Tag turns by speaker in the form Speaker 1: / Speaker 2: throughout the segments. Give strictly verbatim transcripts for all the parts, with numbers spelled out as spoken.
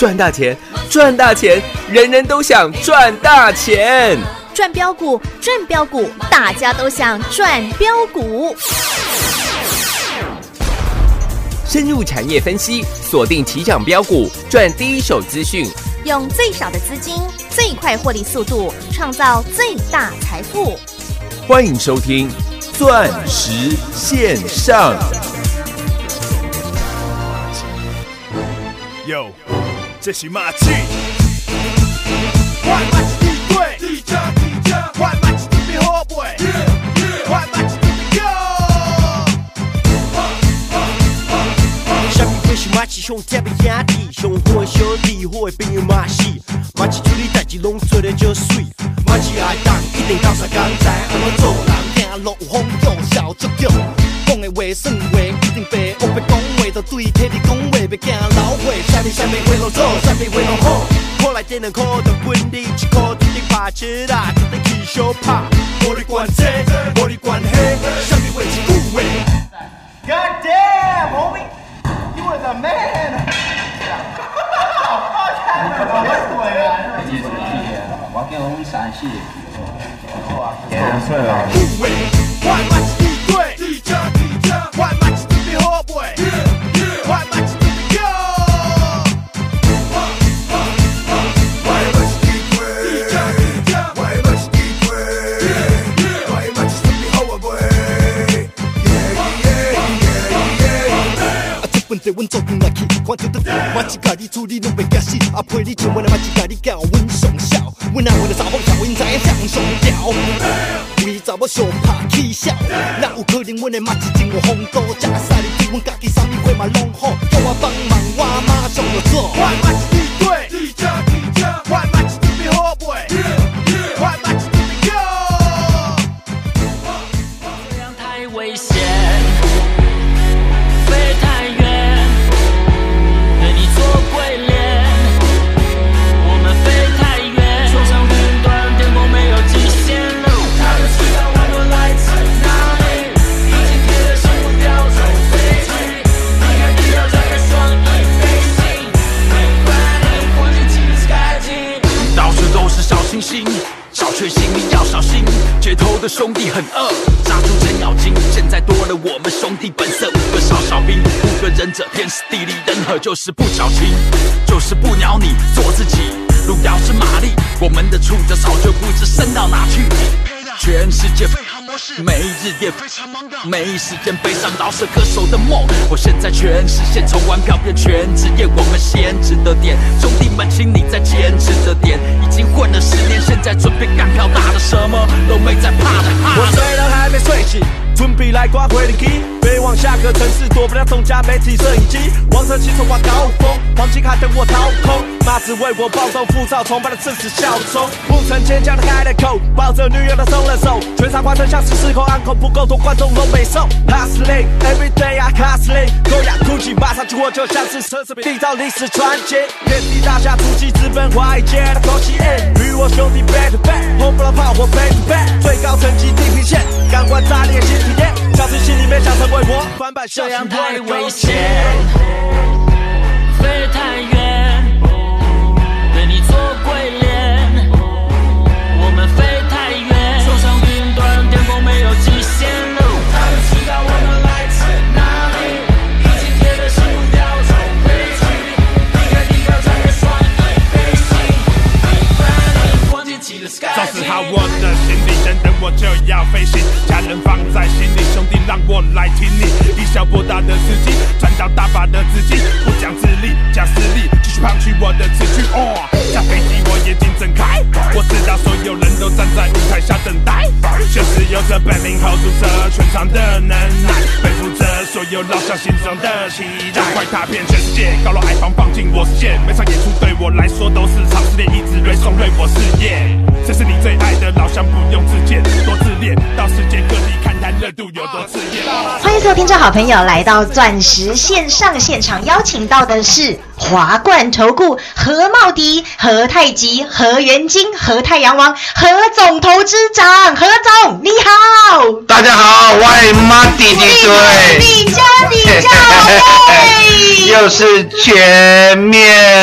Speaker 1: 赚大钱，赚大钱，人人都想赚大钱。
Speaker 2: 赚标股，赚标股，大家都想赚标股。
Speaker 1: 深入产业分析，锁定起涨标股，赚第一手资讯，
Speaker 2: 用最少的资金，最快获利速度，创造最大财富。
Speaker 1: 欢迎收听钻石线上。
Speaker 3: 哟，这是马季。我马季地对，地价地价，我马季准备好未？我马季准备go。啥物鬼是马季上特别兄弟，上好小弟，好的朋友嘛是。马季处理代志拢做得足水，马季爱当一定到啥工知，安怎做人行路有风度，笑足强。讲的话算话，一定白。我要讲话，就对体你讲话，别惊老话。啥物啥物话拢做，啥物话拢好。苦来点两苦，就分你一苦，一定拍切啦，一定起小拍。无你管这，无你管那，啥物话一句话。God damn, homie, you was a man.
Speaker 4: 我接触去啊，我叫我三四，给人说啊。
Speaker 3: 我马是地对，地价地价，我马是准备好未？我马是准备go。我马是地对，地价地价，我马是地对，我马是准备好未？啊，这本地阮做工来去，看到得马是家己处理拢袂惊死，啊陪你唱完马是家己教阮上孝，阮阿为了查某孝，因知影上上吊。为查某上拍起笑，哪有可能阮的马是真有风度？食使你对阮家己啥物话嘛拢好，叫我帮忙，我马上就做。我马是地对，地价地价，我马是准备好未？我马是准备go。
Speaker 5: 这样太危险，飞太远，对你做鬼脸，我们飞太远，冲上云端，天空没有极限了。星星，小确幸你要小心，街头的兄弟很饿，杀猪程咬金，现在多了我们兄弟本色，五个少小兵，五个忍者，天时地利人和，就是不矫情，就是不鸟你，做自己。路遥知马力，我们的触角早就不知伸到哪去。全世界每日夜非常忙的，没时间悲伤饶舌歌手的梦。我现在全实现，从玩票变全职业，我们先值得点。兄弟们，请你再坚持着点。已经混了十年，现在准备干票大的，什么都没在怕的。
Speaker 3: 我虽然还没睡醒，准备来刮回灵机，飞往下个城市，躲不了众家媒体摄影机。王者骑手挂高峰，黄金卡等我掏空。妈子为我暴动浮躁，崇拜的正是效忠。不曾坚强的开了口，抱着女友的松了手，全场观众像是失控，安口不够多，观众都没送。Hustling every day I hustling， 高雅酷气马上去火，就像是奢侈品缔造历史传奇。原地大厦突击资本华尔街的口气，与我兄弟 back to back， 轰不了炮火 back to back， 最高层级地平线，感官炸裂新体验，小子心里面想成为我，翻版
Speaker 5: 这样太危险，飞太远，对你做鬼脸，我们飞太远，冲上云端，天空没有极限了。他们知道我们来自哪里，已经贴的是目标走回去，离开地表穿越双翼飞行，一般人光天起了 sky。
Speaker 3: 造死好我的行李，等等我就要飞行，家人放在心里，兄弟让我来听你。以小博大的司机，赚到大把的资金，不讲自力，讲实力，继续胖取我的词句。哦，下飞机我眼睛睁开，我知道所有人都站在舞台下等待，现实有着本领 hold 住这全场的能耐，背负着所有老乡心中的期待，快踏遍全世界，高楼矮房放进我视线，每场演出对我来说都是场试炼，一直锐送锐我事业。这是你最爱的老乡，不用自荐，多自恋，到世界各地看看热度有多炽烈。
Speaker 6: 欢迎所有听众好朋友来到钻石线上现场，邀请到的是华冠投顾何茂迪、何太极、何元金、何太阳王、何总投资长。何总你好。
Speaker 7: 大家好，我是马弟弟队，
Speaker 6: 你家你家对，
Speaker 7: 又是全面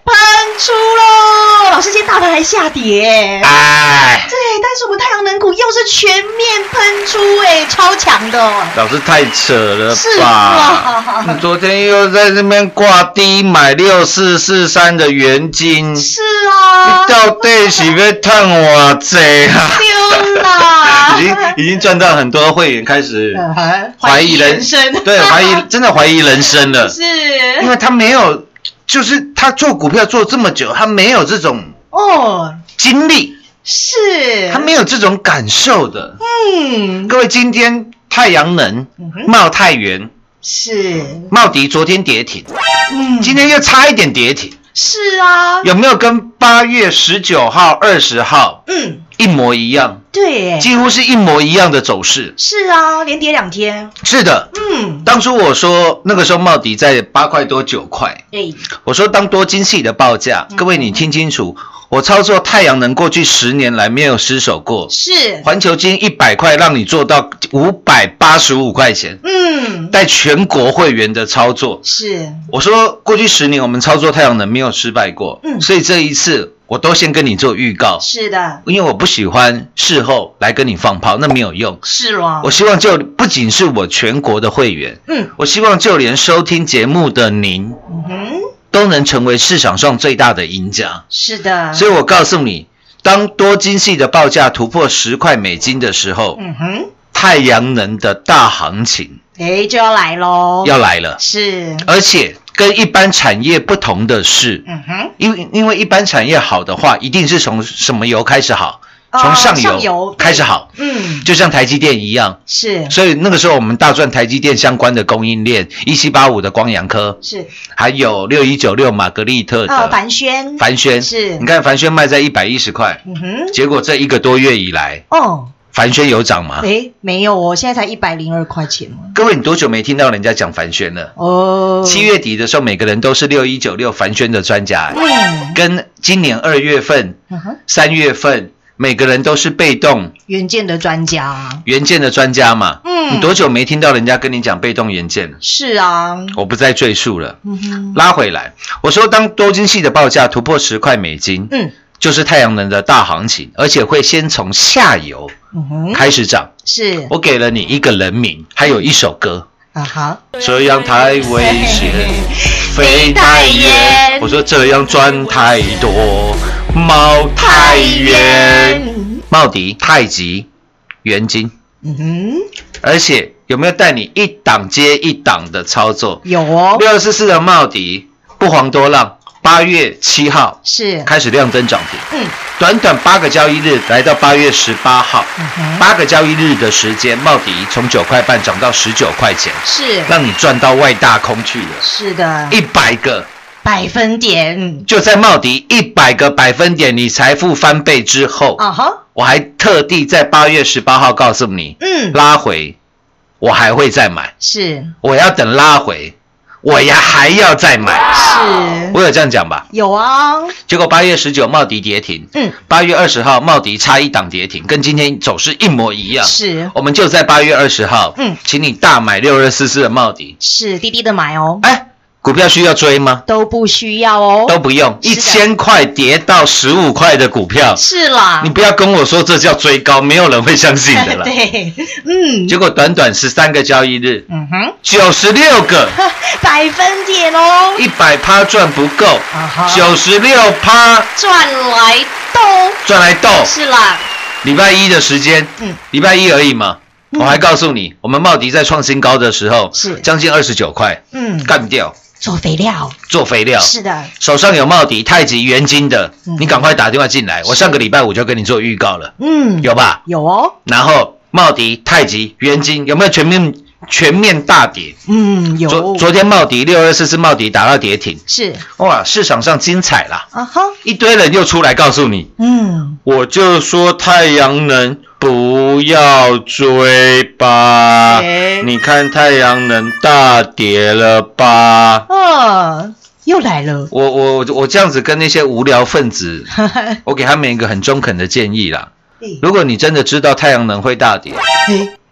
Speaker 6: 喷出喽！老师，今天大盘还下跌，
Speaker 7: 哎，
Speaker 6: 对，但是我们太阳能股又是全面喷出，哎，超强的。
Speaker 7: 老师太扯了
Speaker 6: 是
Speaker 7: 吧？
Speaker 6: 哇，
Speaker 7: 你昨天又在这边挂低买六四四三的元金，
Speaker 6: 是啊，
Speaker 7: 你到底是要赚我这啊？
Speaker 6: 丢啦！
Speaker 7: 已经已经赚到很多会员开始
Speaker 6: 怀疑人生，
Speaker 7: 对，怀疑真的怀疑人生了，
Speaker 6: 是，
Speaker 7: 因为他没有，就是他做股票做这么久，他没有这种
Speaker 6: 哦
Speaker 7: 经历，
Speaker 6: 是，
Speaker 7: 他没有这种感受的。
Speaker 6: 嗯，
Speaker 7: 各位，今天太阳能、茂泰元、
Speaker 6: 是，
Speaker 7: 茂迪昨天跌停，
Speaker 6: 嗯，
Speaker 7: 今天又差一点跌停，
Speaker 6: 是啊，
Speaker 7: 有没有跟八月十九号、二十号
Speaker 6: 嗯
Speaker 7: 一模一样？
Speaker 6: 对，
Speaker 7: 几乎是一模一样的走势。
Speaker 6: 是啊，连跌两天，
Speaker 7: 是的，
Speaker 6: 嗯，
Speaker 7: 当初我说那个时候茂迪在八块多九块，
Speaker 6: 哎，
Speaker 7: 我说当多精细的报价，各位你听清楚，我操作太阳能过去十年来没有失手过，
Speaker 6: 是，
Speaker 7: 环球金一百块让你做到五百八十五块钱，
Speaker 6: 嗯，
Speaker 7: 带全国会员的操作，
Speaker 6: 是，
Speaker 7: 我说过去十年我们操作太阳能没有失败过，
Speaker 6: 嗯，
Speaker 7: 所以这一次我都先跟你做预告，
Speaker 6: 是的，
Speaker 7: 因为我不喜欢事后来跟你放炮，那没有用。
Speaker 6: 是咯，
Speaker 7: 我希望就不仅是我全国的会员，
Speaker 6: 嗯，
Speaker 7: 我希望就连收听节目的您，
Speaker 6: 嗯哼，
Speaker 7: 都能成为市场上最大的赢家。
Speaker 6: 是的，
Speaker 7: 所以我告诉你，当多精细的报价突破十块美金的时候，
Speaker 6: 嗯哼，
Speaker 7: 太阳能的大行情
Speaker 6: 哎，就要来喽，
Speaker 7: 要来了。
Speaker 6: 是，
Speaker 7: 而且跟一般产业不同的是，
Speaker 6: 嗯哼，
Speaker 7: 因为因为一般产业好的话，一定是从什么油开始好？
Speaker 6: 哦
Speaker 7: 从上游
Speaker 6: 上游
Speaker 7: 开始好，
Speaker 6: 嗯，
Speaker 7: 就像台积电一样。
Speaker 6: 是，
Speaker 7: 所以那个时候我们大赚台积电相关的供应链，一七八五的光阳科，
Speaker 6: 是，
Speaker 7: 还有六一九六玛格丽特
Speaker 6: 哦，
Speaker 7: 的
Speaker 6: 凡轩，
Speaker 7: 凡轩，
Speaker 6: 是
Speaker 7: 你看凡轩卖在一百一十块，
Speaker 6: 嗯哼，
Speaker 7: 结果这一个多月以来，
Speaker 6: 哦，
Speaker 7: 凡轩有涨吗？
Speaker 6: 哎，没有哦，现在才一百零二块钱
Speaker 7: 各位，你多久没听到人家讲凡轩了？
Speaker 6: 哦，
Speaker 7: 七月底的时候，每个人都是六一九六凡轩的专家，
Speaker 6: 嗯，
Speaker 7: 跟今年二月份、
Speaker 6: 嗯哼，
Speaker 7: 三月份，每个人都是被动
Speaker 6: 元件的专家，
Speaker 7: 元件的专家嘛。
Speaker 6: 嗯
Speaker 7: 你多久没听到人家跟你讲被动元件了？
Speaker 6: 是啊，
Speaker 7: 我不再赘述了。
Speaker 6: 嗯哼，
Speaker 7: 拉回来，我说当多晶系的报价突破十块美金，
Speaker 6: 嗯，
Speaker 7: 就是太阳能的大行情，而且会先从下游
Speaker 6: 嗯哼，
Speaker 7: 开始涨。
Speaker 6: 是，
Speaker 7: 我给了你一个人名，还有一首歌。
Speaker 6: 啊哈，
Speaker 7: 这样太危险，飞太远。我说这样赚太多，冒太远。茂迪、太极、元金，
Speaker 6: 嗯哼，
Speaker 7: 而且有没有带你一档接一档的操作？
Speaker 6: 有哦，
Speaker 7: 六二四四的茂迪不遑多让，八月七号
Speaker 6: 是，
Speaker 7: 开始亮灯涨停，
Speaker 6: 嗯，
Speaker 7: 短短八个交易日来到八月十八号，
Speaker 6: 嗯哼，
Speaker 7: 八个交易日的时间，茂迪从九块半涨到十九块钱，
Speaker 6: 是，
Speaker 7: 让你赚到外大空去了，
Speaker 6: 是的，
Speaker 7: 一百个。
Speaker 6: 百分点，
Speaker 7: 就在茂迪一百个百分点，你财富翻倍之后，
Speaker 6: 啊哈，
Speaker 7: 我还特地在八月十八号告诉你，
Speaker 6: 嗯，
Speaker 7: 拉回，我还会再买，
Speaker 6: 是，
Speaker 7: 我要等拉回，我呀还要再买，
Speaker 6: 是，
Speaker 7: 我有这样讲吧？
Speaker 6: 有啊，
Speaker 7: 结果八月十九茂迪跌停，
Speaker 6: 嗯，
Speaker 7: 八月二十号茂迪差一档跌停，跟今天走势一模一样，
Speaker 6: 是，
Speaker 7: 我们就在八月二十号，
Speaker 6: 嗯，
Speaker 7: 请你大买六二四四的茂迪，
Speaker 6: 是滴滴的买哦，
Speaker 7: 哎。股票需要追吗？
Speaker 6: 都不需要哦，
Speaker 7: 都不用，一千块跌到十五块的股票，
Speaker 6: 是啦，
Speaker 7: 你不要跟我说这叫追高，没有人会相信的啦。
Speaker 6: 对，嗯，
Speaker 7: 结果短短十三个交易日，
Speaker 6: 嗯哼，
Speaker 7: 九十六个
Speaker 6: 百分点哦，
Speaker 7: 一百趴赚不够，
Speaker 6: 啊
Speaker 7: 九十六趴
Speaker 6: 赚来斗，
Speaker 7: 赚来斗，
Speaker 6: 是啦，
Speaker 7: 礼拜一的时间，
Speaker 6: 嗯，
Speaker 7: 礼拜一而已嘛。我还告诉你，我们茂迪在创新高的时候
Speaker 6: 是
Speaker 7: 将近二十九块，
Speaker 6: 嗯，
Speaker 7: 干掉。
Speaker 6: 做肥料，
Speaker 7: 做肥料
Speaker 6: 是的，
Speaker 7: 手上有茂迪、太极、元金的，
Speaker 6: 嗯、
Speaker 7: 你赶快打电话进来。我上个礼拜五就跟你做预告了，
Speaker 6: 嗯，
Speaker 7: 有吧？
Speaker 6: 有哦。
Speaker 7: 然后茂迪、太极、元金有没有全面全面大跌？
Speaker 6: 嗯，有。
Speaker 7: 昨昨天茂迪六二四是茂迪打到跌停，
Speaker 6: 是
Speaker 7: 哇，市场上精彩啦！
Speaker 6: 啊哈，
Speaker 7: 一堆人又出来告诉你，
Speaker 6: 嗯，
Speaker 7: 我就说太阳能不要追吧，
Speaker 6: 欸、
Speaker 7: 你看太阳能大跌了吧？
Speaker 6: 哦，又来了。
Speaker 7: 我我我这样子跟那些无聊分子，我给他们一个很中肯的建议啦。如果你真的知道太阳能会大跌，
Speaker 6: 欸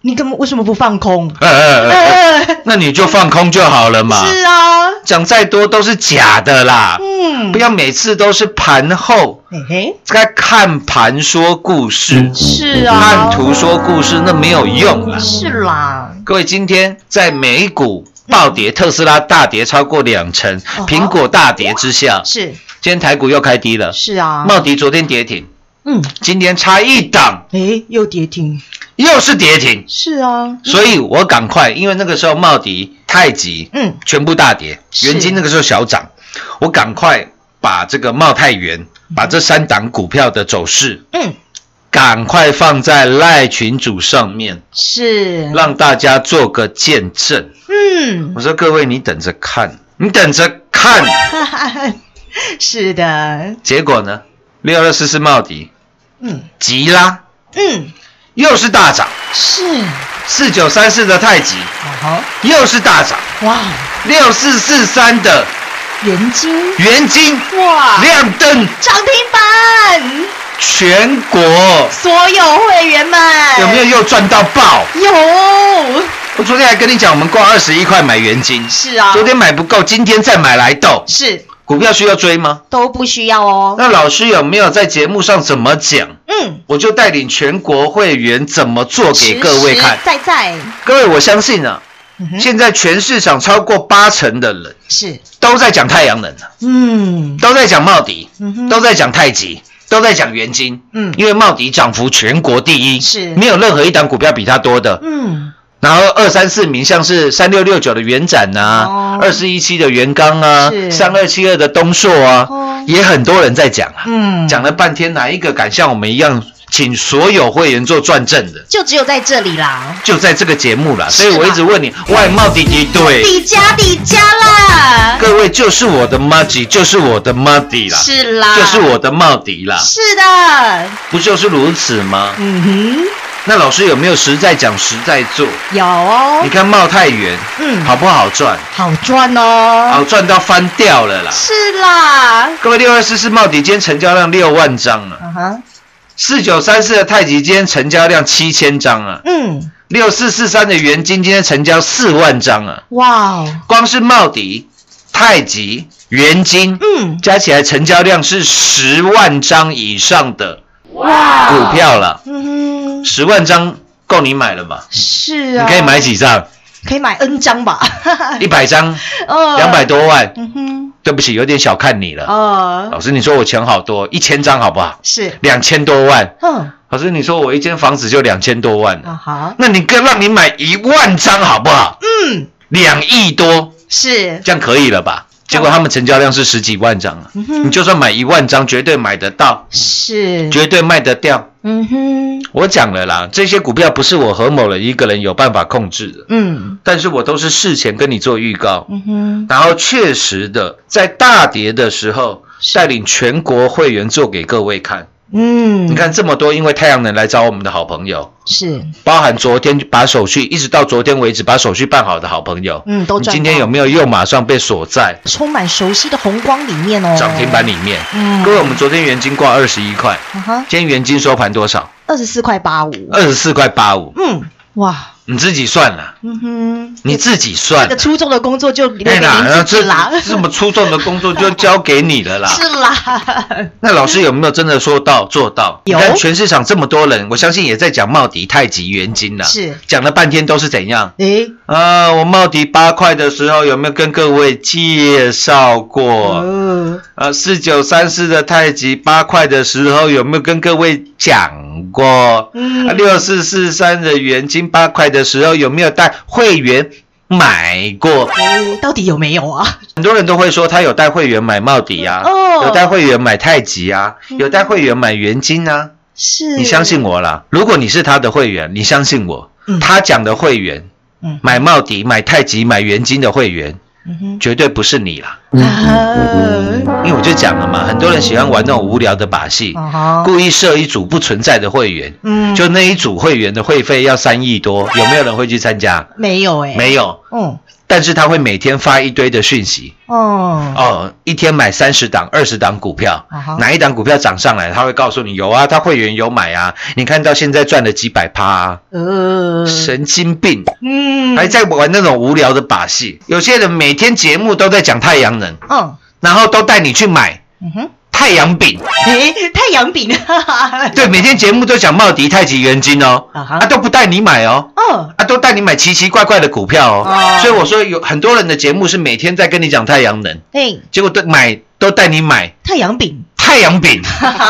Speaker 6: 你根本为什么不放空？
Speaker 7: 呃呃呃，那你就放空就好了嘛。
Speaker 6: 是啊，
Speaker 7: 讲再多都是假的啦。
Speaker 6: 嗯，
Speaker 7: 不要每次都是盘后
Speaker 6: 嘿嘿，
Speaker 7: 在看盘说故事，
Speaker 6: 是啊，
Speaker 7: 看图说故事那没有用啦。
Speaker 6: 是啦，
Speaker 7: 各位，今天在美股暴跌，特斯拉大跌超过两成，苹果大跌之下，
Speaker 6: 是，
Speaker 7: 今天台股又开低了。
Speaker 6: 是啊，
Speaker 7: 茂迪昨天跌停，
Speaker 6: 嗯，
Speaker 7: 今天差一档，
Speaker 6: 诶，又跌停，
Speaker 7: 又是跌停。
Speaker 6: 是啊，
Speaker 7: 所以我赶快，因为那个时候茂迪、太极，
Speaker 6: 嗯，
Speaker 7: 全部大跌，元金那个时候小涨，我赶快把这个茂泰元，把这三档股票的走势，
Speaker 6: 嗯，
Speaker 7: 赶快放在赖群组上面，
Speaker 6: 是，
Speaker 7: 让大家做个见证。
Speaker 6: 嗯，
Speaker 7: 我说各位，你等着看，你等着看。
Speaker 6: 是的，
Speaker 7: 结果呢？六二四是茂迪，
Speaker 6: 嗯，
Speaker 7: 急拉，
Speaker 6: 嗯，
Speaker 7: 又是大涨。
Speaker 6: 是，
Speaker 7: 四九三四的太极，
Speaker 6: 好，
Speaker 7: 又是大涨。
Speaker 6: 哇，
Speaker 7: 六四四三的
Speaker 6: 元金，
Speaker 7: 元金，
Speaker 6: 哇，
Speaker 7: 亮灯
Speaker 6: 涨停板，
Speaker 7: 全国
Speaker 6: 所有会员们
Speaker 7: 有没有又赚到爆？
Speaker 6: 有，
Speaker 7: 我昨天还跟你讲，我们挂二十一块买元金，
Speaker 6: 是啊，
Speaker 7: 昨天买不够，今天再买来斗。
Speaker 6: 是，
Speaker 7: 股票需要追吗？
Speaker 6: 都不需要哦。
Speaker 7: 那老师有没有在节目上怎么讲？
Speaker 6: 嗯，
Speaker 7: 我就带领全国会员怎么做给各位看。
Speaker 6: 实实在在，
Speaker 7: 各位，我相信啊，
Speaker 6: 嗯、
Speaker 7: 现在全市场超过八成的人
Speaker 6: 是
Speaker 7: 都在讲太阳能了，
Speaker 6: 嗯，
Speaker 7: 都在讲茂迪，
Speaker 6: 嗯、
Speaker 7: 都在讲太极，都在讲元金，
Speaker 6: 嗯，
Speaker 7: 因为茂迪涨幅全国第一，
Speaker 6: 是
Speaker 7: 没有任何一档股票比它多的，
Speaker 6: 嗯。
Speaker 7: 然后二三四名像是三六六九的元展啊，二四一七的元刚啊，三二七二的东硕啊，哦、也很多人在讲啊。嗯，讲了半天，哪一个敢像我们一样，请所有会员做转正的？
Speaker 6: 就只有在这里啦，
Speaker 7: 就在这个节目啦。所以我一直问你，外贸底底对，
Speaker 6: 底加底加啦。
Speaker 7: 各位就是我的 Maggi， 就是我的 Maggi 啦，
Speaker 6: 是啦，
Speaker 7: 就是我的茂迪啦。
Speaker 6: 是的，
Speaker 7: 不就是如此吗？
Speaker 6: 嗯哼。
Speaker 7: 那老师有没有实在讲实在做？
Speaker 6: 有哦。
Speaker 7: 你看茂泰元，嗯，好不好赚？
Speaker 6: 好赚哦，
Speaker 7: 好赚到翻掉了啦。
Speaker 6: 是啦，
Speaker 7: 各位，六二四是茂迪，今天成交量六万张啊。嗯哼。四九三四的太极今天成交量七千张啊。嗯。六四四三的元金今天成交四万张啊。哇哦。光是茂迪、太极、元金，嗯，加起来成交量是十万张以上的。哇，股票了，嗯哼，十万张够你买了吧？是啊，你可以买几张？
Speaker 6: 可以买 N 张吧，
Speaker 7: 一百张，哦，两百多万，嗯哼，对不起，有点小看你了。哦，老师，你说我钱好多，一千张好不好？是，两千多万。嗯，老师，你说我一间房子就两千多万了，好，那你更让你买一万张好不好？嗯，两亿多，是，这样可以了吧？结果他们成交量是十几万张啊，嗯、你就算买一万张，绝对买得到，是，绝对卖得掉。嗯哼，我讲了啦，这些股票不是我何某人一个人有办法控制的，嗯，但是我都是事前跟你做预告，嗯哼，然后确实的在大跌的时候，带领全国会员做给各位看。嗯，你看这么多，因为太阳能来找我们的好朋友，是包含昨天把手续一直到昨天为止把手续办好的好朋友，嗯，都赚。今天有没有又马上被锁在
Speaker 6: 充满熟悉的红光里面哦？
Speaker 7: 涨停板里面。嗯，各位，我们昨天元金挂二十一块，嗯哼，今天元金收盘多少？
Speaker 6: 二十四块八五。
Speaker 7: 二十四块八五。嗯，哇。你自己算了，嗯哼，你自己算。
Speaker 6: 这个出众的工作就留给您自己啦。
Speaker 7: 这么出众的工作就交给你了啦。
Speaker 6: 是啦。
Speaker 7: 那老师有没有真的说到做到？有。你看全市场这么多人，我相信也在讲茂迪、太极、元金啦。是。讲了半天都是怎样？诶，啊，我茂迪八块的时候有没有跟各位介绍过？嗯。啊，四九三四的太极八块的时候有没有跟各位讲过？嗯。啊，六四四三的元金八块的。的时候有没有带会员买过？
Speaker 6: 欸、到底有没有啊？
Speaker 7: 很多人都会说他有带会员买茂迪啊，哦、有带会员买太极啊，嗯、有带会员买元金啊。是，你相信我啦。如果你是他的会员，你相信我，嗯、他讲的会员，嗯、买茂迪、买太极、买元金的会员。嗯、绝对不是你啦，嗯、因为我就讲了嘛，很多人喜欢玩那种无聊的把戏，嗯、故意设一组不存在的会员，嗯、就那一组会员的会费要三亿多，有没有人会去参加？
Speaker 6: 没有哎、欸，
Speaker 7: 没有。嗯， 但是他会每天发一堆的讯息。
Speaker 6: 哦
Speaker 7: 哦，一天买三十档、二十档股票，
Speaker 6: uh-huh.
Speaker 7: 哪一档股票涨上来，他会告诉你有啊，他会员有买啊，你看到现在赚了几百趴啊，
Speaker 6: 呃，
Speaker 7: 神经病，
Speaker 6: 嗯，
Speaker 7: 还在玩那种无聊的把戏。有些人每天节目都在讲太阳能，
Speaker 6: 嗯，
Speaker 7: 然后都带你去买，
Speaker 6: 嗯哼。
Speaker 7: 太阳饼，
Speaker 6: 诶，太阳饼，
Speaker 7: 对，每天节目都讲茂迪、太极、元金哦，
Speaker 6: uh-huh.
Speaker 7: 啊都不带你买哦，
Speaker 6: 哦，
Speaker 7: 啊都带你买奇奇怪怪的股票哦，
Speaker 6: oh.
Speaker 7: 所以我说有很多人的节目是每天在跟你讲太阳能，
Speaker 6: 嘿，
Speaker 7: 结果都买都带你买
Speaker 6: 太阳饼，
Speaker 7: 太阳饼，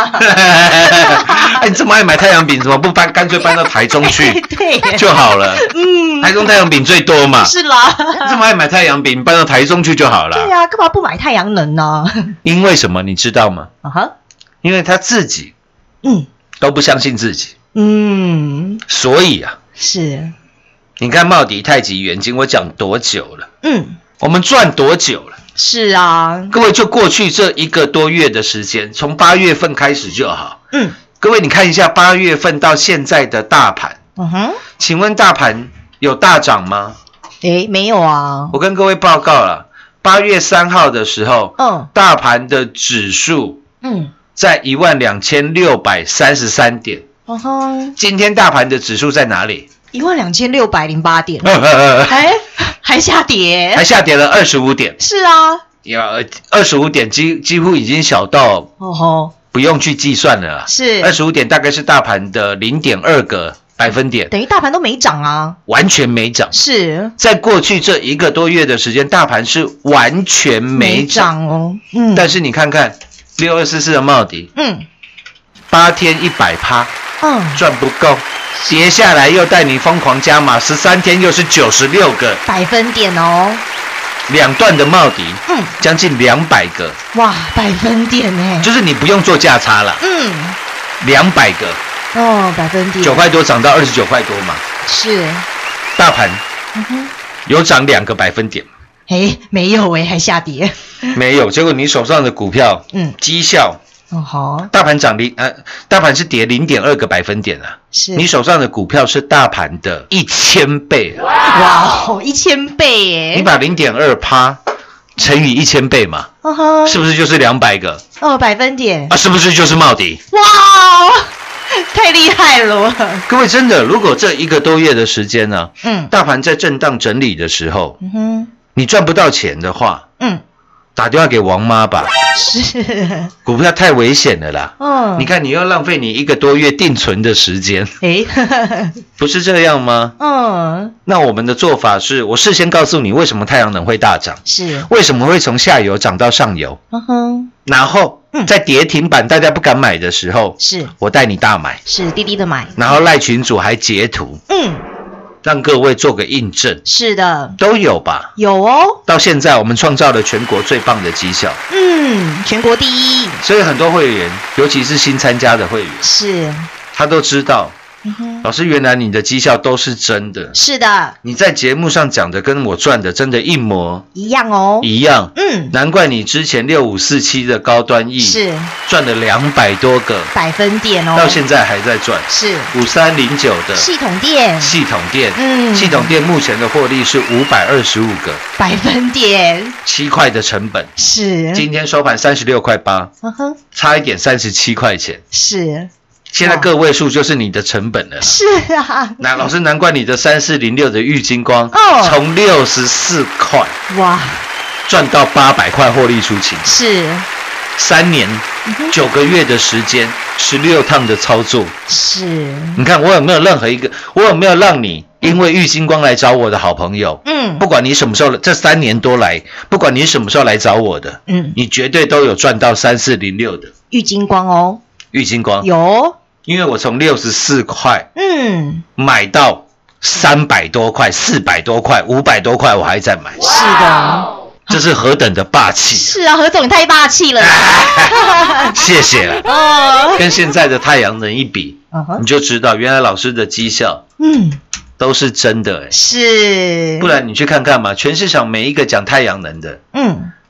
Speaker 7: 哎，你这么爱买太阳饼，怎么不搬干脆搬到台中去
Speaker 6: 对
Speaker 7: 就好了？嗯，台中太阳饼最多嘛，
Speaker 6: 是啦，
Speaker 7: 这么爱买太阳饼，搬到台中去就好了。
Speaker 6: 对啊，干嘛不买太阳能呢？
Speaker 7: 因为什么你知道吗？
Speaker 6: 啊哈，
Speaker 7: 因为他自己
Speaker 6: 嗯
Speaker 7: 都不相信自己，
Speaker 6: 嗯，
Speaker 7: 所以啊，
Speaker 6: 是，
Speaker 7: 你看茂迪、太极、元金，我讲多久了？
Speaker 6: 嗯，
Speaker 7: 我们赚多久了？
Speaker 6: 是啊，
Speaker 7: 各位，就过去这一个多月的时间，从八月份开始就好。
Speaker 6: 嗯，
Speaker 7: 各位，你看一下八月份到现在的大盘，
Speaker 6: 嗯哼，
Speaker 7: 请问大盘有大涨吗？
Speaker 6: 诶，没有啊，
Speaker 7: 我跟各位报告了，八月三号的时候，
Speaker 6: 嗯，
Speaker 7: 大盘的指数，
Speaker 6: 嗯，
Speaker 7: 在一万两千六百三十三点。
Speaker 6: 嗯哼，
Speaker 7: 今天大盘的指数在哪里？
Speaker 6: 一万两千六百零八点，
Speaker 7: 还
Speaker 6: 哎，还下跌，
Speaker 7: 还下跌了二十五点。
Speaker 6: 是啊，
Speaker 7: 要二十五点几几乎已经小到
Speaker 6: 哦吼，
Speaker 7: 不用去计算了啦。
Speaker 6: 是
Speaker 7: 二十五点大概是大盘的零点二个百分点，
Speaker 6: 等于大盘都没涨啊，
Speaker 7: 完全没涨。
Speaker 6: 是
Speaker 7: 在过去这一个多月的时间，大盘是完全没涨
Speaker 6: 哦，嗯，
Speaker 7: 但是你看看六二四四的茂迪，
Speaker 6: 嗯，
Speaker 7: 八天一百趴，
Speaker 6: 嗯，
Speaker 7: 赚不够，跌下来又带你疯狂加码，十三天又是九十六个
Speaker 6: 百分点哦，
Speaker 7: 两段的茂迪，
Speaker 6: 嗯，
Speaker 7: 将近两百个，
Speaker 6: 哇，百分点呢，
Speaker 7: 就是你不用做价差了，
Speaker 6: 嗯，
Speaker 7: 两百个，
Speaker 6: 哦，百分点，
Speaker 7: 九块多涨到二十九块多嘛，
Speaker 6: 是，
Speaker 7: 大盘
Speaker 6: 嗯哼，
Speaker 7: 有涨两个百分点，
Speaker 6: 诶，没有诶，还下跌，
Speaker 7: 没有，结果你手上的股票，
Speaker 6: 嗯，
Speaker 7: 绩效，
Speaker 6: 哦好，
Speaker 7: 大盘涨零呃，大盘是跌零点二个百分点啊，
Speaker 6: 是，
Speaker 7: 你手上的股票是大盘的一千倍，
Speaker 6: 哇哦，一千倍耶，
Speaker 7: 你把零点二趴乘以一千倍嘛，
Speaker 6: 嗯哼，
Speaker 7: 是不是就是两百个
Speaker 6: 哦，百分点，
Speaker 7: 啊？是不是就是茂迪？
Speaker 6: 哇，太厉害了，
Speaker 7: 各位真的，如果这一个多月的时间呢、啊，
Speaker 6: 嗯，
Speaker 7: 大盘在震荡整理的时候，
Speaker 6: 嗯哼，
Speaker 7: 你赚不到钱的话，
Speaker 6: 嗯，
Speaker 7: 打电话给王妈吧，
Speaker 6: 是，
Speaker 7: 股票太危险了啦。
Speaker 6: 嗯，
Speaker 7: 你看，你要浪费你一个多月定存的时间，
Speaker 6: 诶，
Speaker 7: 不是这样吗？
Speaker 6: 嗯，
Speaker 7: 那我们的做法是，我事先告诉你为什么太阳能会大涨，
Speaker 6: 是，
Speaker 7: 为什么会从下游涨到上游，
Speaker 6: 嗯哼，
Speaker 7: 然后在跌停板大家不敢买的时候，
Speaker 6: 是，
Speaker 7: 我带你大买，
Speaker 6: 是滴滴的买，
Speaker 7: 然后赖群主还截图，
Speaker 6: 嗯，
Speaker 7: 让各位做个印证，
Speaker 6: 是的，
Speaker 7: 都有吧？
Speaker 6: 有哦，
Speaker 7: 到现在我们创造了全国最棒的绩效，
Speaker 6: 嗯，全国第一，
Speaker 7: 所以很多会员，尤其是新参加的会员，
Speaker 6: 是，
Speaker 7: 他都知道，
Speaker 6: 嗯哼，
Speaker 7: 老师原来你的绩效都是真的，
Speaker 6: 是的，
Speaker 7: 你在节目上讲的跟我赚的真的一模
Speaker 6: 一样哦，
Speaker 7: 一样，
Speaker 6: 嗯，
Speaker 7: 难怪你之前六五四七的高端 E
Speaker 6: 是
Speaker 7: 赚了两百多个，
Speaker 6: 百分点哦，
Speaker 7: 到现在还在赚，
Speaker 6: 是
Speaker 7: 五三零九的
Speaker 6: 系统店，
Speaker 7: 系统店，
Speaker 6: 嗯
Speaker 7: 系统店目前的获利是五百二十五个，
Speaker 6: 百分点
Speaker 7: 七块的成本，
Speaker 6: 是，
Speaker 7: 今天收盘三十六块八，
Speaker 6: 嗯哼，
Speaker 7: 差一点三十七块钱，
Speaker 6: 是
Speaker 7: 现在个位数就是你的成本了。
Speaker 6: 是啊，
Speaker 7: 那老师，难怪你的三四零六的玉金光，
Speaker 6: 哦
Speaker 7: 从六十四块
Speaker 6: 哇，
Speaker 7: 赚到八百块获利出清，
Speaker 6: 是
Speaker 7: 三年九个月的时间，十六趟的操作。
Speaker 6: 是，
Speaker 7: 你看我有没有任何一个，我有没有让你因为玉金光来找我的好朋友？
Speaker 6: 嗯
Speaker 7: 不管你什么时候，这三年多来，不管你什么时候来找我的，
Speaker 6: 嗯，
Speaker 7: 你绝对都有赚到三四零六的
Speaker 6: 玉金光哦，
Speaker 7: 玉金光。
Speaker 6: 有，
Speaker 7: 因为我从六十四块
Speaker 6: 嗯，
Speaker 7: 买到三百多块、四百多块、五百多块，我还在买，
Speaker 6: 是的，
Speaker 7: 这是何等的霸气！
Speaker 6: 是啊，何总你太霸气了啦，
Speaker 7: 谢谢了。
Speaker 6: 哦，
Speaker 7: 跟现在的太阳能一比，
Speaker 6: 嗯哼
Speaker 7: 你就知道原来老师的绩效
Speaker 6: 嗯，
Speaker 7: 都是真的哎，
Speaker 6: 是，
Speaker 7: 不然你去看看嘛，全市场每一个讲太阳能的，
Speaker 6: 嗯，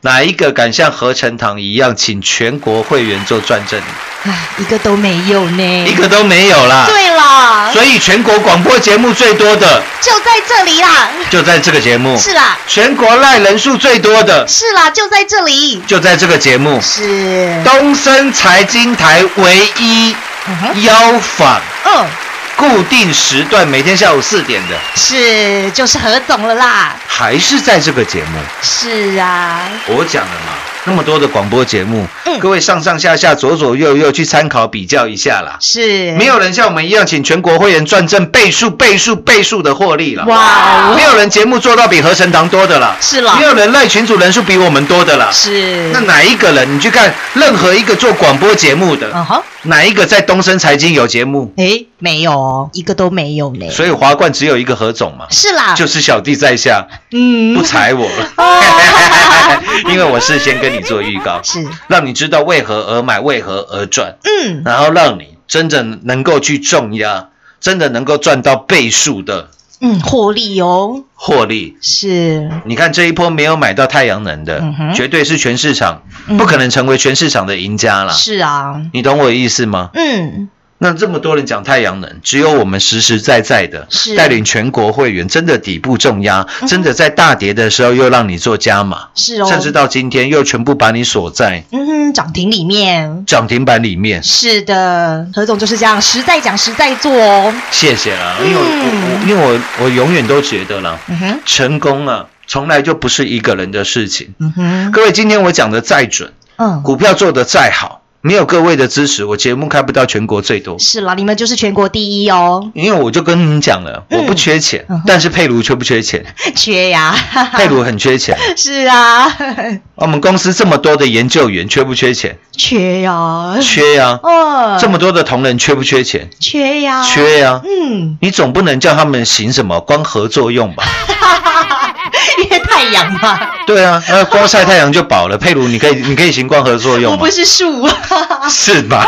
Speaker 7: 哪一个敢像合成堂一样，请全国会员做转正？
Speaker 6: 唉，一个都没有呢，
Speaker 7: 一个都没有啦。
Speaker 6: 对啦，
Speaker 7: 所以全国广播节目最多的
Speaker 6: 就在这里啦，
Speaker 7: 就在这个节目。
Speaker 6: 是啦，
Speaker 7: 全国赖人数最多的
Speaker 6: 是啦，就在这里，
Speaker 7: 就在这个节目。
Speaker 6: 是
Speaker 7: 东森财经台唯一邀访，
Speaker 6: 嗯。
Speaker 7: 固定时段，每天下午四点的，
Speaker 6: 是就是何总了啦，
Speaker 7: 还是在这个节目？
Speaker 6: 是啊，
Speaker 7: 我讲了嘛，那么多的广播节目，
Speaker 6: 嗯、
Speaker 7: 各位上上下下、左左右右去参考比较一下啦。
Speaker 6: 是，
Speaker 7: 没有人像我们一样请全国会员赚正倍数、倍数、倍数的获利了。
Speaker 6: 哇，
Speaker 7: 没有人节目做到比合成堂多的啦。
Speaker 6: 是啦，
Speaker 7: 没有人赖群组人数比我们多的啦。
Speaker 6: 是，
Speaker 7: 那哪一个人？你去看任何一个做广播节目的，
Speaker 6: 嗯哼，
Speaker 7: 哪一个在东森财经有节目？
Speaker 6: 哎，没有哦，一个都没有呢。
Speaker 7: 所以华冠只有一个何总嘛。
Speaker 6: 是啦，
Speaker 7: 就是小弟在下，
Speaker 6: 嗯，
Speaker 7: 不踩我了，因为我事先跟你做预告，
Speaker 6: 是
Speaker 7: 让你知道为何而买，为何而赚，
Speaker 6: 嗯，
Speaker 7: 然后让你真的能够去重压，真的能够赚到倍数的，
Speaker 6: 嗯，获利哦，
Speaker 7: 获利
Speaker 6: 是。
Speaker 7: 你看这一波没有买到太阳能的，
Speaker 6: 嗯、
Speaker 7: 绝对是全市场、
Speaker 6: 嗯、
Speaker 7: 不可能成为全市场的赢家啦。
Speaker 6: 是啊，
Speaker 7: 你懂我的意思吗？
Speaker 6: 嗯。
Speaker 7: 那这么多人讲太阳能，只有我们实实在在的带领全国会员，真的底部重压，嗯、真的在大跌的时候又让你做加码，
Speaker 6: 是哦，
Speaker 7: 甚至到今天又全部把你锁在
Speaker 6: 嗯哼涨停里面，
Speaker 7: 涨停板里面。
Speaker 6: 是的，何总就是这样，实在讲实在做哦。
Speaker 7: 谢谢啦，因为我、嗯、我因为我我永远都觉得啦，嗯哼，成功啊，从来就不是一个人的事情。嗯哼，各位，今天我讲的再准，嗯，股票做的再好。没有各位的支持，我节目开不到全国最多。是
Speaker 6: 啦，你们就是全国第一哦。
Speaker 7: 因为我就跟你讲了，我不缺钱，嗯、但是佩如缺不缺钱？
Speaker 6: 缺呀，
Speaker 7: 佩如很缺钱。
Speaker 6: 是啊，
Speaker 7: 我们公司这么多的研究员，缺不缺钱？
Speaker 6: 缺呀，
Speaker 7: 缺呀。
Speaker 6: 哦，
Speaker 7: 这么多的同仁，缺不缺钱？
Speaker 6: 缺呀，
Speaker 7: 缺呀。
Speaker 6: 嗯，
Speaker 7: 你总不能叫他们行什么光合作用吧？
Speaker 6: 因为太阳嘛。
Speaker 7: 对啊，那光晒太阳就饱了。佩如，你可以你可以行光合作用吗？
Speaker 6: 我不是树。
Speaker 7: 是吧？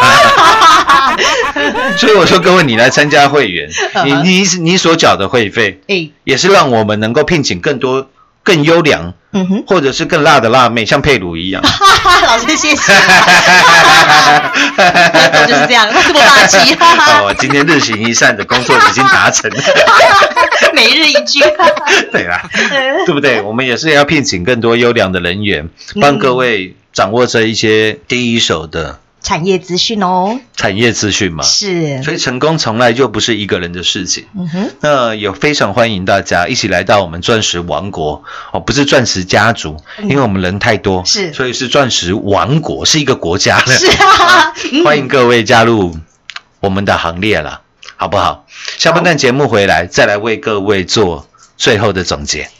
Speaker 7: 所以我说各位，你来参加会员，你你你所缴的会费，也是让我们能够聘请更多更优良，嗯哼，或者是更辣的辣妹，像佩如一样。
Speaker 6: 老师谢谢。就是这样，这么霸气。
Speaker 7: 哦，今天日行一善的工作已经达成了。
Speaker 6: 每日一句。
Speaker 7: 对啦，对不对？我们也是要聘请更多优良的人员，帮各位掌握这一些第一手的
Speaker 6: 产业资讯哦，
Speaker 7: 产业资讯嘛，
Speaker 6: 是，
Speaker 7: 所以成功从来就不是一个人的事情。嗯哼，那有非常欢迎大家一起来到我们钻石王国哦，不是钻石家族，嗯、因为我们人太多，
Speaker 6: 是，
Speaker 7: 所以是钻石王国，是一个国家的。
Speaker 6: 是啊，
Speaker 7: 嗯、欢迎各位加入我们的行列啦，好不好？下半段节目回来，再来为各位做最后的总结。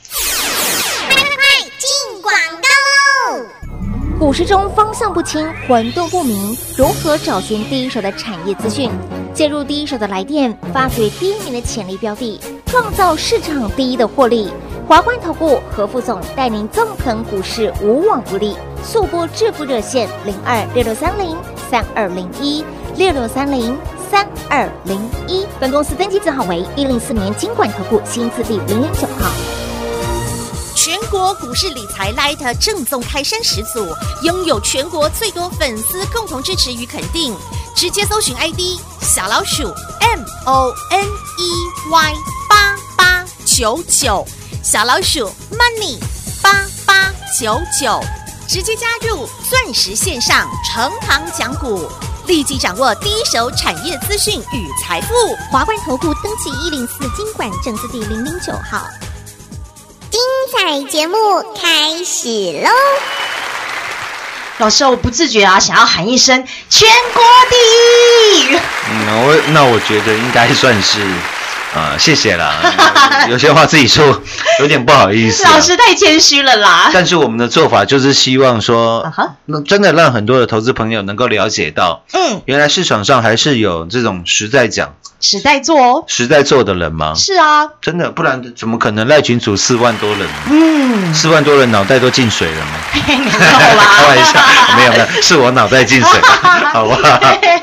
Speaker 2: 股市中方向不清、混沌不明，如何找寻第一手的产业资讯？介入第一手的来电，发掘第一名的潜力标的，创造市场第一的获利。华冠投顾何副总带领纵横股市，无往不利。速播致富热线零二六六三零三二零一六六三零三二零一。本公司登记字号为一零四年金管投顾新字第零零九号。
Speaker 8: 全国股市理财 Lite 正宗开山始祖，拥有全国最多粉丝共同支持与肯定。直接搜寻 I D 小老鼠 M O N E Y 八八九九，小老鼠 Money 八八九九，直接加入钻石线上成堂讲股，立即掌握第一手产业资讯与财富。
Speaker 2: 华冠投顾登记一零四金管证字第零零九号。
Speaker 9: 精彩节目开始喽！
Speaker 6: 老师，我不自觉啊，想要喊一声全国第一。
Speaker 7: 嗯，我那我觉得应该算是啊、呃，谢谢啦。有些话自己说有点不好意思、啊。
Speaker 6: 老师太谦虚了啦。
Speaker 7: 但是我们的做法就是希望说，那、uh huh. 真的让很多的投资朋友能够了解到，嗯，原来市场上还是有这种实在讲。
Speaker 6: 实在做哦，
Speaker 7: 实在做的人吗？
Speaker 6: 是啊，
Speaker 7: 真的，不然怎么可能赖群组四万多人？
Speaker 6: 嗯，
Speaker 7: 四万多人脑袋都进水了吗？
Speaker 6: 没有啦，
Speaker 7: 开玩笑，没有没有，是我脑袋进水了，好不好？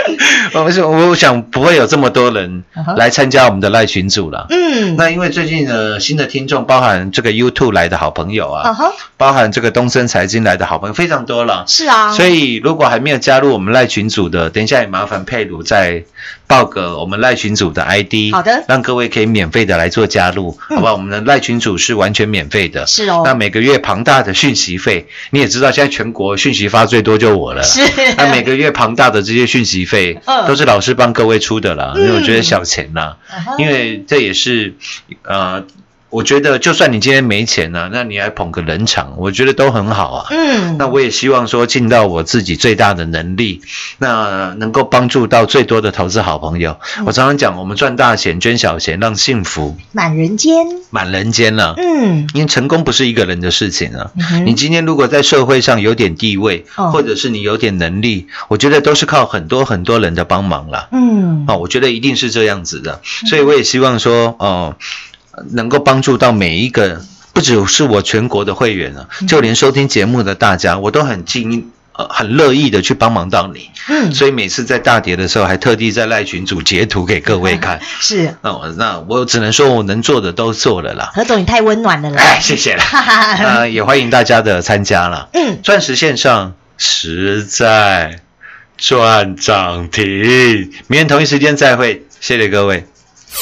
Speaker 7: 我想我想不会有这么多人来参加我们的赖群组了。嗯，那因为最近呢，新的听众包含这个 YouTube 来的好朋友啊， uh-huh. 包含这个东森财经来的好朋友非常多了。
Speaker 6: 是啊，
Speaker 7: 所以如果还没有加入我们赖群组的，等一下也麻烦佩鲁再报个我们赖群组的 I D，
Speaker 6: 好的，
Speaker 7: 让各位可以免费的来做加入，嗯、好不好？我们的赖群组是完全免费的，
Speaker 6: 是哦。
Speaker 7: 那每个月庞大的讯息费，你也知道，现在全国讯息发最多就我了，
Speaker 6: 是。
Speaker 7: 那每个月庞大的这些讯息费，嗯、都是老师帮各位出的啦，因为我觉得小钱啦，嗯、因为这也是呃。我觉得就算你今天没钱呢、啊，那你还捧个人场，我觉得都很好啊。嗯，那我也希望说尽到我自己最大的能力，那能够帮助到最多的投资好朋友。嗯、我常常讲，我们赚大钱，捐小钱，让幸福
Speaker 6: 满人间，
Speaker 7: 满人间了、啊。嗯，因为成功不是一个人的事情啊。
Speaker 6: 嗯、
Speaker 7: 你今天如果在社会上有点地位，哦、或者是你有点能力，我觉得都是靠很多很多人的帮忙啦。嗯，哦，我觉得一定是这样子的，所以我也希望说，哦。能够帮助到每一个，不只是我全国的会员啊，就连收听节目的大家，我都很尽呃很乐意的去帮忙到你。嗯，所以每次在大跌的时候，还特地在赖群组截图给各位看。
Speaker 6: 是，
Speaker 7: 那我那我只能说我能做的都做了啦。
Speaker 6: 何总，你太温暖了啦！
Speaker 7: 哎，谢谢啦。呃，也欢迎大家的参加啦。嗯，钻石线上实在赚涨停，明天同一时间再会，谢谢各位。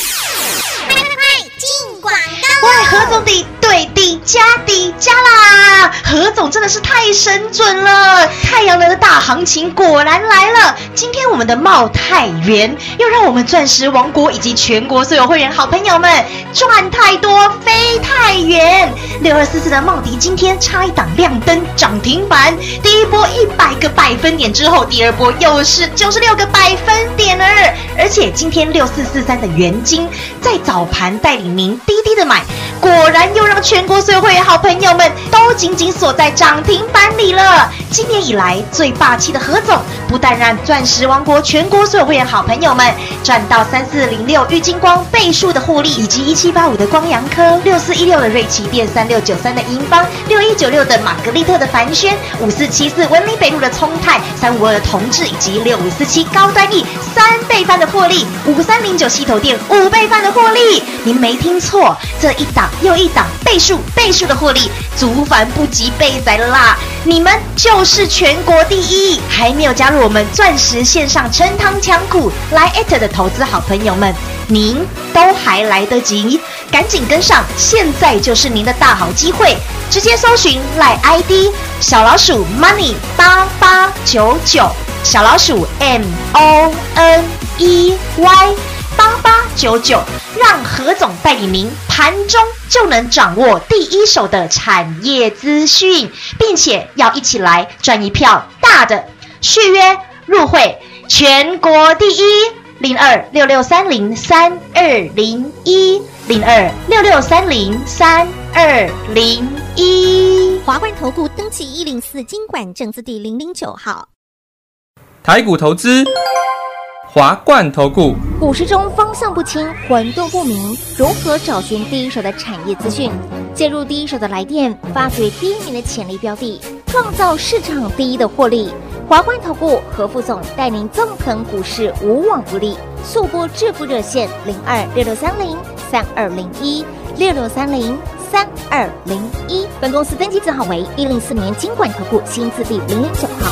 Speaker 6: 喂，何总底对底加底加啦！何总真的是太神准了，太阳能的大行情果然来了。今天我们的茂泰元又让我们钻石王国以及全国所有会员好朋友们赚太多飞太远。六二四四的茂迪今天差一档亮灯涨停板，第一波一百个百分点之后，第二波又是九十六个百分点儿。而且今天六四四三的元金在早盘带领您低低的买，果然又让全国所有会员好朋友们都紧紧锁在涨停板里了。今年以来最霸气的何总，不但让钻石王国全国所有会员好朋友们赚到三四零六玉金光倍数的获利，以及一七八五的光阳科、六四一六的瑞奇电、三六九三的银邦、六一九六的玛格丽特的凡轩、五四七四文林北路的聪泰、三五二的同志以及六五四七高端 E 三倍翻的获利，五三零九西头店五倍翻的获利。您没听错，这一档又一档倍数倍数的获利，足繁不及备载了啦！你们就是全国第一，还没有加入我们钻石线上陈堂强股来 at 的投资好朋友们，您都还来得及，赶紧跟上，现在就是您的大好机会！直接搜寻 LINE I D 小老鼠 money 八八九九，小老鼠 M O N E Y 八八九九，让何总带领您盘中就能掌握第一手的产业资讯，并且要一起来赚一票大的。续约入会全国第一，零二六六三零三二零一零二六六三零三二零一。
Speaker 8: 华冠投顾登记一零四金管证字第零零九号。
Speaker 10: 台股投资，华冠投顾。
Speaker 2: 股市中方向不清、混沌不明，如何找寻第一手的产业资讯？介入第一手的来电，发掘第一名的潜力标的，创造市场第一的获利。华冠投顾何副总带领纵横股市，无往不利。速播致富热线零二六六三零三二零一六六三零三二零一。本公司登记字号为一零四年金管投顾新字第零零九号。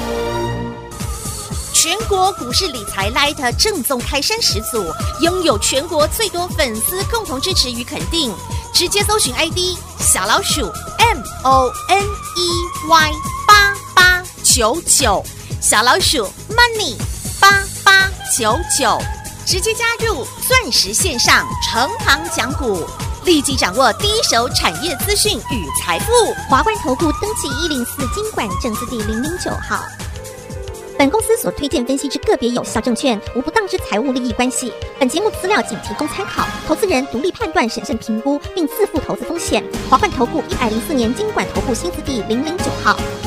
Speaker 8: 全国股市理财 Lite 正宗开山始祖，拥有全国最多粉丝共同支持与肯定。直接搜寻 I D 小老鼠 M O N E Y 八八九九，小老鼠 Money 八八九九，直接加入钻石线上成行讲股，立即掌握第一手产业资讯与财富。华冠投顾登记一零四金管证字第零零九号。本公司所推荐分析之个别有效证券，无不当之财务利益关系。本节目资料仅提供参考，投资人独立判断、审慎评估，并自负投资风险。华冠投顾一百零四年金管投顾新字第零零九号。